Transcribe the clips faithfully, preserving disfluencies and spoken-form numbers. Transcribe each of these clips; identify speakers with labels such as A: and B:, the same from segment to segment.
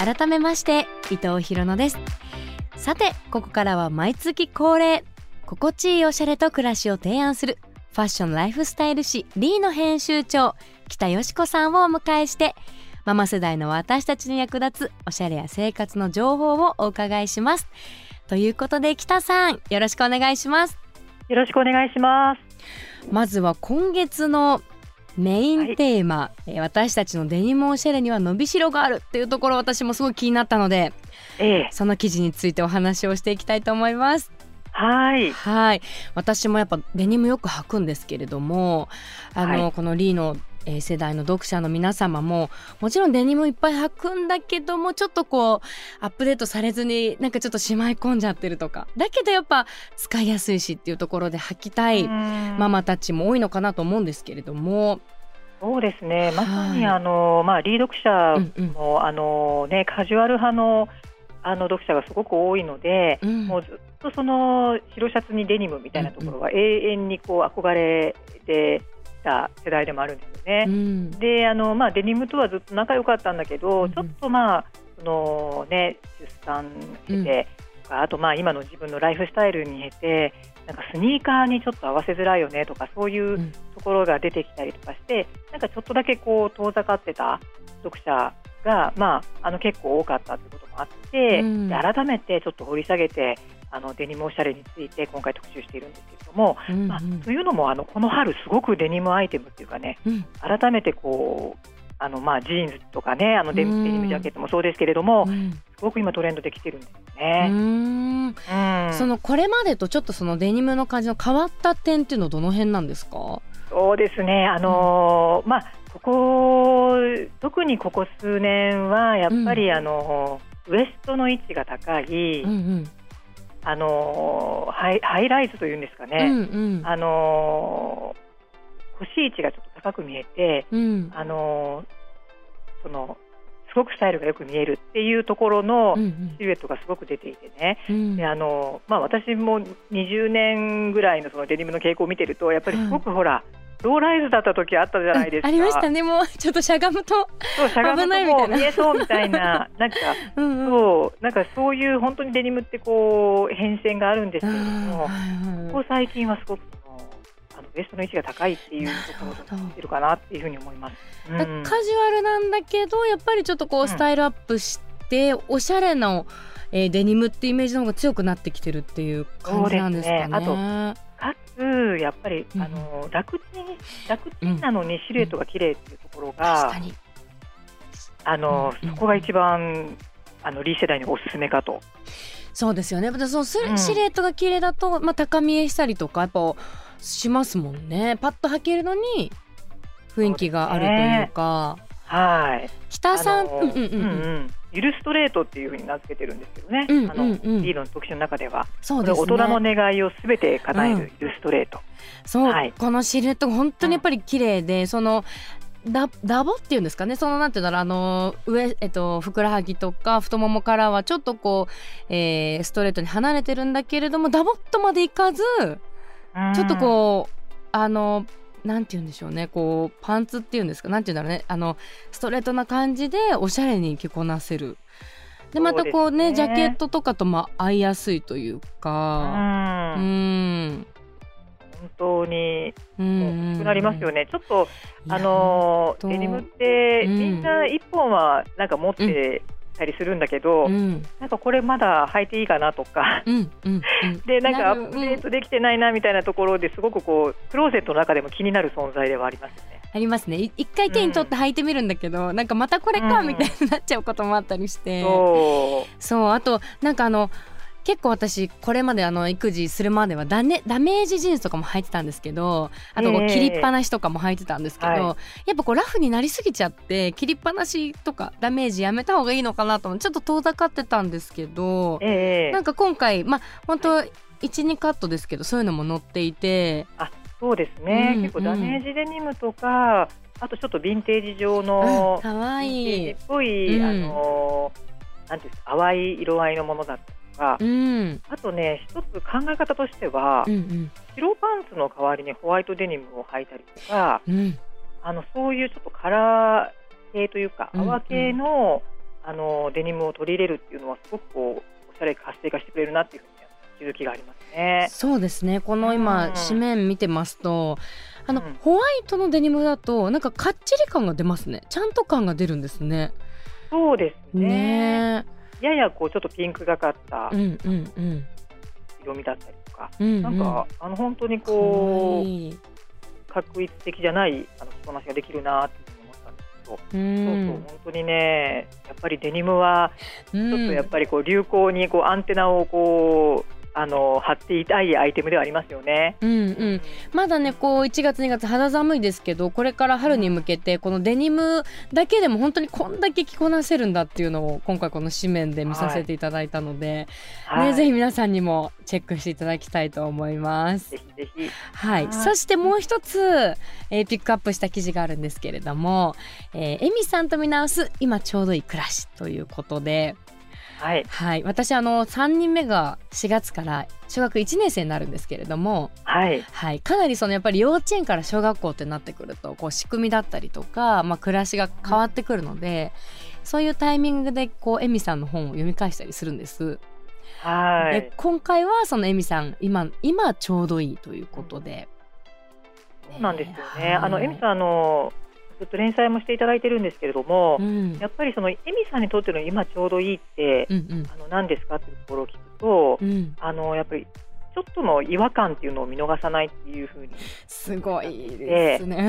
A: 改めまして伊藤ひろのです。さてここからは毎月恒例、心地いいおしゃれと暮らしを提案するファッションライフスタイル誌リーの編集長北よしこさんをお迎えして、ママ世代の私たちに役立つおしゃれや生活の情報をお伺いします。ということで北さん、よろしくお願いします。
B: よろしくお願いします。
A: まずは今月のメインテーマ、はい、私たちのデニムおしゃれには伸びしろがあるっていうところ、私もすごい気になったので、ええ、その記事についてお話をしていきたいと思います。
B: はい
A: はい、私もやっぱデニムよく履くんですけれども、あの、はい、このリーのえー、世代の読者の皆様ももちろんデニムいっぱい履くんだけども、ちょっとこうアップデートされずになんかちょっとしまい込んじゃってるとか、だけどやっぱ使いやすいしっていうところで履きたいママたちも多いのかなと思うんですけれども。
B: そうですね、まさにあの、まあ、リー読者も、うんうん、あのね、カジュアル派のあの読者がすごく多いので、うん、もうずっとその白シャツにデニムみたいなところは永遠にこう憧れてた世代でもあるんですよね、うん、であの、まあ、デニムとはずっと仲良かったんだけど、うん、ちょっとまあその、ね、出産して、うん、あとまあ今の自分のライフスタイルに経てなんかスニーカーにちょっと合わせづらいよねとか、そういうところが出てきたりとかして、うん、なんかちょっとだけこう遠ざかってた読者が、まあ、あの結構多かったということもあって、うん、で改めてちょっと掘り下げてあのデニムおしゃれについて今回特集しているんですけれども、うんうん、まあ、というのもあのこの春すごくデニムアイテムっていうかね、うん、改めてこうあの、まあ、ジーンズとかね、あのデニムジャケットもそうですけれども、うん、すごく今トレンドできてるんですね。うーん、
A: うん、そのこれまでとちょっとそのデニムの感じの変わった点っていうのはどの辺なんですか？
B: そうですね、あのーうん、まあここ特にここ数年はやっぱり、うん、あのウエストの位置が高い、うんうん、あのハイ、ハイライズというんですかね、うんうん、あの腰位置がちょっと高く見えて、うん、あのそのすごくスタイルがよく見えるっていうところのシルエットがすごく出ていてね、うんうん、であのまあ、私もにじゅうねんぐらいのそのデニムの傾向を見てるとやっぱりすごくほら、うん、ローライズだった時あったじゃないですか、
A: うん、ありましたね。もうちょっとしゃがむと危ないみたいな、
B: 見えそうみたいななんかうん、うん、そうなんかそういう本当にデニムってこう変遷があるんですけれども、ここ最近はすごくあのウエストの位置が高いっていうところが出てるかなっていうふうに思います、うん、
A: カジュアルなんだけどやっぱりちょっとこうスタイルアップして、うん、おしゃれな、えー、デニムってイメージの方が強くなってきてるっていう感じなんですかね。
B: そうですね。あとかつやっぱり、うん、あの楽ちん楽ちんなのにシルエットが綺麗っていうところが、うん、確かにあの、うん、そこが一番あのリー世代におすすめかと。
A: そうですよね。そのシルエットが綺麗だと、まあ、高見えしたりとかやっぱしますもんね。パッと履けるのに雰囲気があるというか。
B: はい。
A: 北さん、
B: ゆるストレートっていう風に名付けてるんですけどね、うんうんうん、あのリードの特集の中ではそうです、ね、大人の願いをすべて叶えるゆるストレート、
A: うん、そう、はい、このシルエットが本当にやっぱり綺麗で、うん、そのダ, ダボっていうんですかね、そのなんていうんだろう、あの上、えっと、ふくらはぎとか太ももからはちょっとこう、えー、ストレートに離れてるんだけれどもダボっとまでいかず、うん、ちょっとこうあのなんていうんでしょうね、こうパンツっていうんですか、なんていうんだろうね、あのストレートな感じでおしゃれに着こなせる。でまたこうね、ジャケットとかとも合いやすいというか、うん、うん
B: 本当に大きくなりますよね。ちょっとあのデニムってみんないっぽんはなんか持ってたりするんだけど、うん、なんかこれまだ履いていいかなとか、うんうんうん、でなんかアップデートできてないなみたいなところですごくこうクローゼットの中でも気になる存在ではありますよね。
A: ありますね。一回手に取って履いてみるんだけど、うん、なんかまたこれかみたいになっちゃうこともあったりして、うん、そうそう、あとなんかあの結構私これまであの育児するまではダネダメージジーンズとかも履いてたんですけど、あとこう切りっぱなしとかも履いてたんですけど、えーはい、やっぱこうラフになりすぎちゃって切りっぱなしとかダメージやめた方がいいのかなと思ってちょっと遠ざかってたんですけど、えー、なんか今回まあ本当 いち,に カットですけどそういうのも載っていて、
B: あそうですね、うんうん、結構ダメージデニムとかあとちょっとヴィンテージ状の、うん、かわいいヴィンテージっぽい、うん、あのなんていうか淡い色合いのものだったりとか、うん、あとね一つ考え方としては、うんうん、白パンツの代わりにホワイトデニムを履いたりとか、うん、あのそういうちょっとカラー系というか、うんうん、淡系のあのデニムを取り入れるっていうのはすごくこうおしゃれ活性化してくれるなっていうふうに気づきがありますね。
A: そうですね。この今、うん、紙面見てますとあの、
B: うん、
A: ホワイトのデニムだとなんかかっちり感が出ますね。ちゃんと感が出るんですね。
B: そうですね。
A: ね
B: ややこうちょっとピンクがかった
A: うんうんうん
B: 色味だったりとか、
A: うんうん、
B: なんかあの本当にこう確一的じゃないあの着こなしができるなっていうふうに思ったんですけど、うん、そうそう本当にねやっぱりデニムはちょっとやっぱりこう流行にこうアンテナをこうあの貼っていたいアイテムではありますよね。
A: うんうん、まだねこういちがつにがつ肌寒いですけど、これから春に向けてこのデニムだけでも本当にこんだけ着こなせるんだっていうのを今回この紙面で見させていただいたので、はいね、ぜひ皆さんにもチェックしていただきたいと思います。
B: ぜひぜひ、
A: はい、そしてもう一つ、えー、ピックアップした記事があるんですけれども、えー、エミさんと見直す今ちょうどいい暮らしということで、
B: はい
A: はい、私あのさんにんめがしがつから小学いちねん生になるんですけれども、
B: はい
A: はい、かなりそのやっぱり幼稚園から小学校ってなってくるとこう仕組みだったりとか、まあ、暮らしが変わってくるので、そういうタイミングでこうエミさんの本を読み返したりするんです。
B: はい、
A: で今回はそのエミさん 今, 今ちょうどいいということで、
B: そうなんですよね。あのエミさんあのずっと連載もしていただいてるんですけれども、うん、やっぱりそのエミさんにとっての今ちょうどいいって、うんうん、あの何ですかっていうところを聞くと、うん、あのやっぱりちょっとの違和感っていうのを見逃さないっていう風に
A: すごいですね、うん、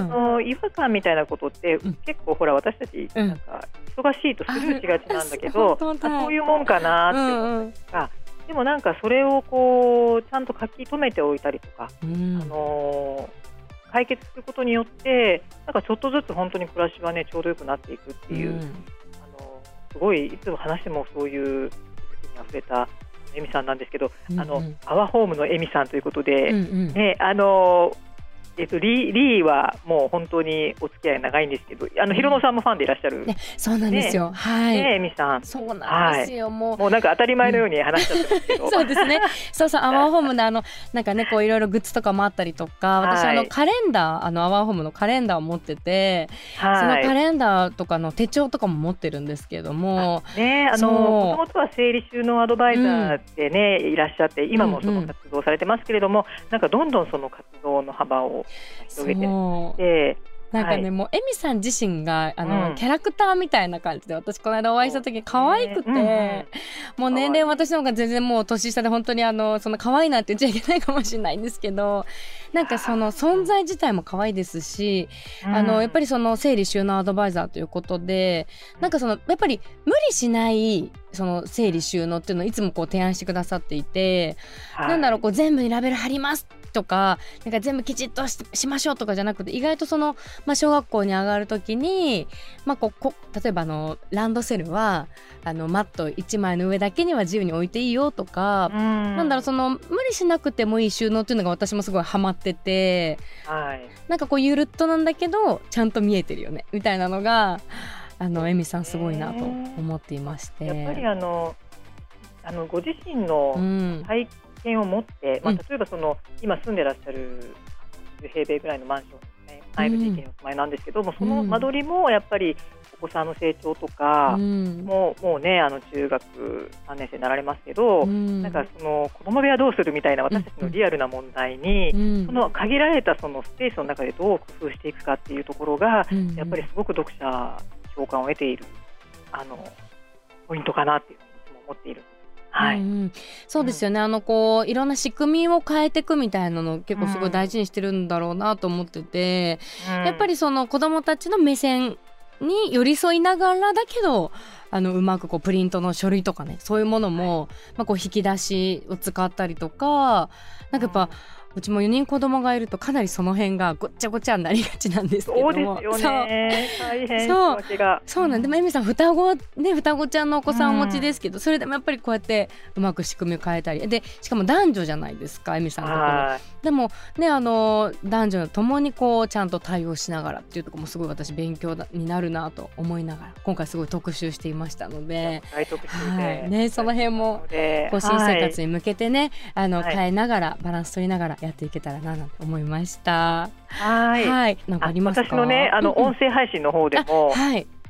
B: その違和感みたいなことって、うん、結構ほら私たちなんか忙しいとスルーしがちなんだけど、うん、そういうもんかなって思ったりとか、うんうん、でもなんかそれをこうちゃんと書き留めておいたりとか、うん、あのー解決することによってなんかちょっとずつ本当に暮らしはねちょうどよくなっていくっていう、うん、あのすごいいつも話してもそういう気づきにあふれたエミさんなんですけど、うんうん、あのアワーホームのエミさんということで、うんうんね、あのえっと、リ, リーはもう本当にお付き合い長いんですけど、あのヒロノさんもファンでいらっしゃる、
A: ね、そうなんですよ、
B: ね、
A: はい、
B: ね、エミさん
A: そうなんですよ、はい、もう
B: もうなんか当たり前のように話しちゃってますけど、うん、
A: そうですねそうそうアワーホームであのなんかねこういろいろグッズとかもあったりとか、私、はい、あのカレンダーあのアワーホームのカレンダーを持ってて、はい、そのカレンダーとかの手帳とかも持ってるんですけども、
B: ね、あのもともとは整理収納アドバイザーでね、うん、いらっしゃって今もその活動されてますけれども、うんうん、なんかどんどんその活動の幅を広げてで
A: なんかね、はい、もうエミさん自身があの、うん、キャラクターみたいな感じで、私この間お会いした時に可愛くて、ねうん、もう年齢私の方が全然もう年下で本当にあのその可愛いなって言っちゃいけないかもしれないんですけど、なんかその存在自体も可愛いですし、うん、あのやっぱりその整理収納アドバイザーということで、なんかそのやっぱり無理しないその整理収納っていうのをいつもこう提案してくださっていて、はい、なんだろうこう全部にラベル貼りますとか、なんか全部きちっと し, しましょうとかじゃなくて、意外とその、まあ、小学校に上がるときに、まあ、ここ例えばあのランドセルはあのマットいちまいの上だけには自由に置いていいよとか、うん、なんだろうその無理しなくてもいい収納っていうのが私もすごいハマってて、はい、なんかこうゆるっとなんだけどちゃんと見えてるよねみたいなのがあのエミさんすごいなと思っていまして、
B: やっぱりあのあのご自身の体験を持って、うんまあ、例えばその、うん、今住んでらっしゃるじゅうへいべいぐらいのマンションですね、アイル地域にお住まいなんですけども、うん、その間取りもやっぱりお子さんの成長とか、うん、もう、もうねあの中学さんねん生になられますけど、うん、なんかその子供部屋どうするみたいな私たちのリアルな問題に、うん、その限られたそのスペースの中でどう工夫していくかっていうところが、うん、やっぱりすごく読者共感を得ているあのポイントかなっていうふうにいつも思っている。はい
A: うん、そうですよね、うん、あのこういろんな仕組みを変えていくみたいなのを結構すごい大事にしてるんだろうなと思ってて、うん、やっぱりその子どもたちの目線に寄り添いながらだけどあのうまくこうプリントの書類とかね、そういうものも、はいまあ、こう引き出しを使ったりとか、なんかやっぱ、うんうちもよにん子供がいるとかなりその辺がごっちゃごちゃになりがちなんですけども、
B: そうですよね、大変
A: そうそうなんでもエミさん双子ね双子ちゃんのお子さんお持ちですけど、うん、それでもやっぱりこうやってうまく仕組みを変えたりで、しかも男女じゃないですかエミさんのところでもね、あの男女ともにこうちゃんと対応しながらっていうところもすごい私勉強になるなと思いながら今回すごい特集していましたので、
B: 大特集で、
A: はいね、その辺もこう新生活に向けてね、はい、あの変えながらバランス取りながらやっていけたらなと思いました。
B: はい、
A: はい、なんかありますか？
B: 私のねあの音声配信の方でも、
A: はい、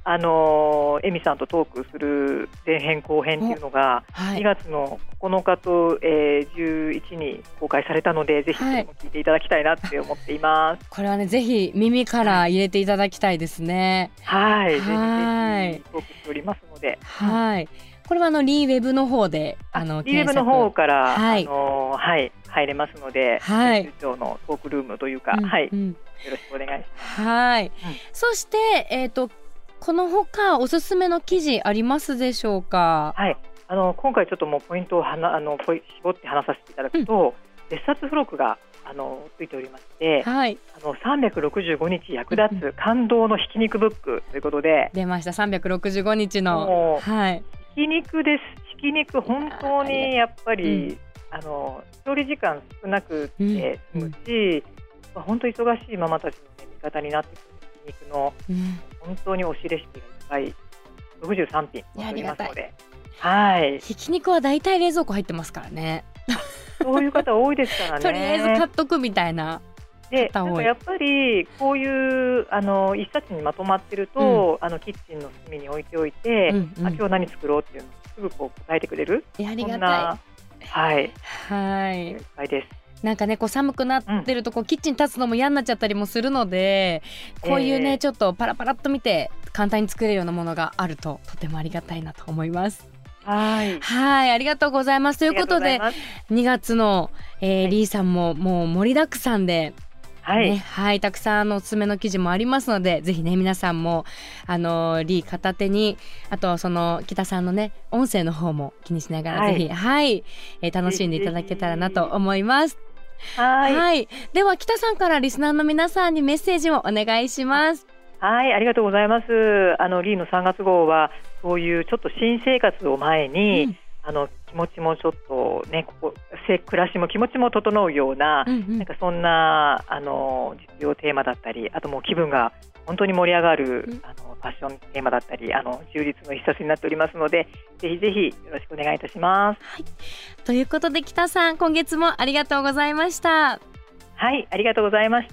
B: あのエミさんとトークする前編後編っていうのが、はい、にがつのここのかと、えー、じゅういちに公開されたので、ぜひそれも聞いていただきたいなって思っています。はい、
A: これはね、ぜひ耳から入れていただきたいですね。
B: はい、はい、ぜひぜひトークしておりますので。
A: はい、これはあのリーウェブの方であの
B: リーウェブの方から、
A: はい、
B: あのはい、入れますので、
A: はい、
B: 編集長のトークルームというか、
A: うん、
B: はい、
A: うん、
B: よろしくお願いします。
A: はい、
B: うん、
A: そして、えーと、このほかおすすめの記事ありますでしょうか？
B: はい、あの今回ちょっともうポイントをはなあのポイ絞って話させていただくと、うん、別冊付録があのついておりまして、はい、あのさんびゃくろくじゅうごにち役立つ感動のひき肉ブックということで、
A: 出ました。さんびゃくろくじゅうごにちの、はい、
B: ひき肉です。ひき肉本当にやっぱり、うん、あの調理時間少なくて済むし、うん、本当忙しいママたちの、ね、味方になってくるひき肉の、うん、本当に推しレシピがいっぱいろくじゅうさんぴん載っておりますので、はい、
A: ひき肉はだいたい冷蔵庫入ってますからね。
B: そういう方多いですからね。
A: とりあえず買っとくみたいな。
B: で、なんかやっぱりこういうあの一冊にまとまってると、うん、あのキッチンの隅に置いておいて、うんうん、あ今日何作ろうっていうのをすぐこう答えてくれる。
A: ありがたい。
B: そんな、はい
A: はい。
B: いっぱいです。
A: なんかね、こう寒くなってるとこう、うん、キッチン立つのも嫌になっちゃったりもするので、こういうね、えー、ちょっとパラパラっと見て簡単に作れるようなものがあるととてもありがたいなと思います。
B: はい、
A: はい、ありがとうございます。ということでにがつの、えーはい、リーさんももう盛りだくさんで、
B: はい
A: ね、はい、たくさんのおすすめの記事もありますので、ぜひね皆さんもあのリー片手に、あとその北さんのね音声の方も気にしながら、はい、ぜひ、はいえー、楽しんでいただけたらなと思います。
B: はい、
A: はい、では北さんからリスナーの皆さんにメッセージをお願いします。
B: はい、ありがとうございます。あのリーのさんがつ号はそういうちょっと新生活を前に、うん、あの気持ちもちょっとね、ここ暮らしも気持ちも整うような、うんうん、なんかそんなあの実用テーマだったり、あともう気分が本当に盛り上がる、うん、あのファッションテーマだったり、あの充実の一冊になっておりますので、ぜひぜひよろしくお願いいたします。
A: はい、ということで北さん、今月もありがとうございました。
B: はい、ありがとうございました。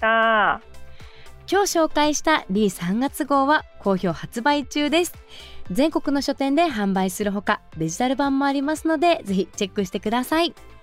A: 今日紹介したリーさんがつ号は好評発売中です。全国の書店で販売するほかデジタル版もありますので、ぜひチェックしてください。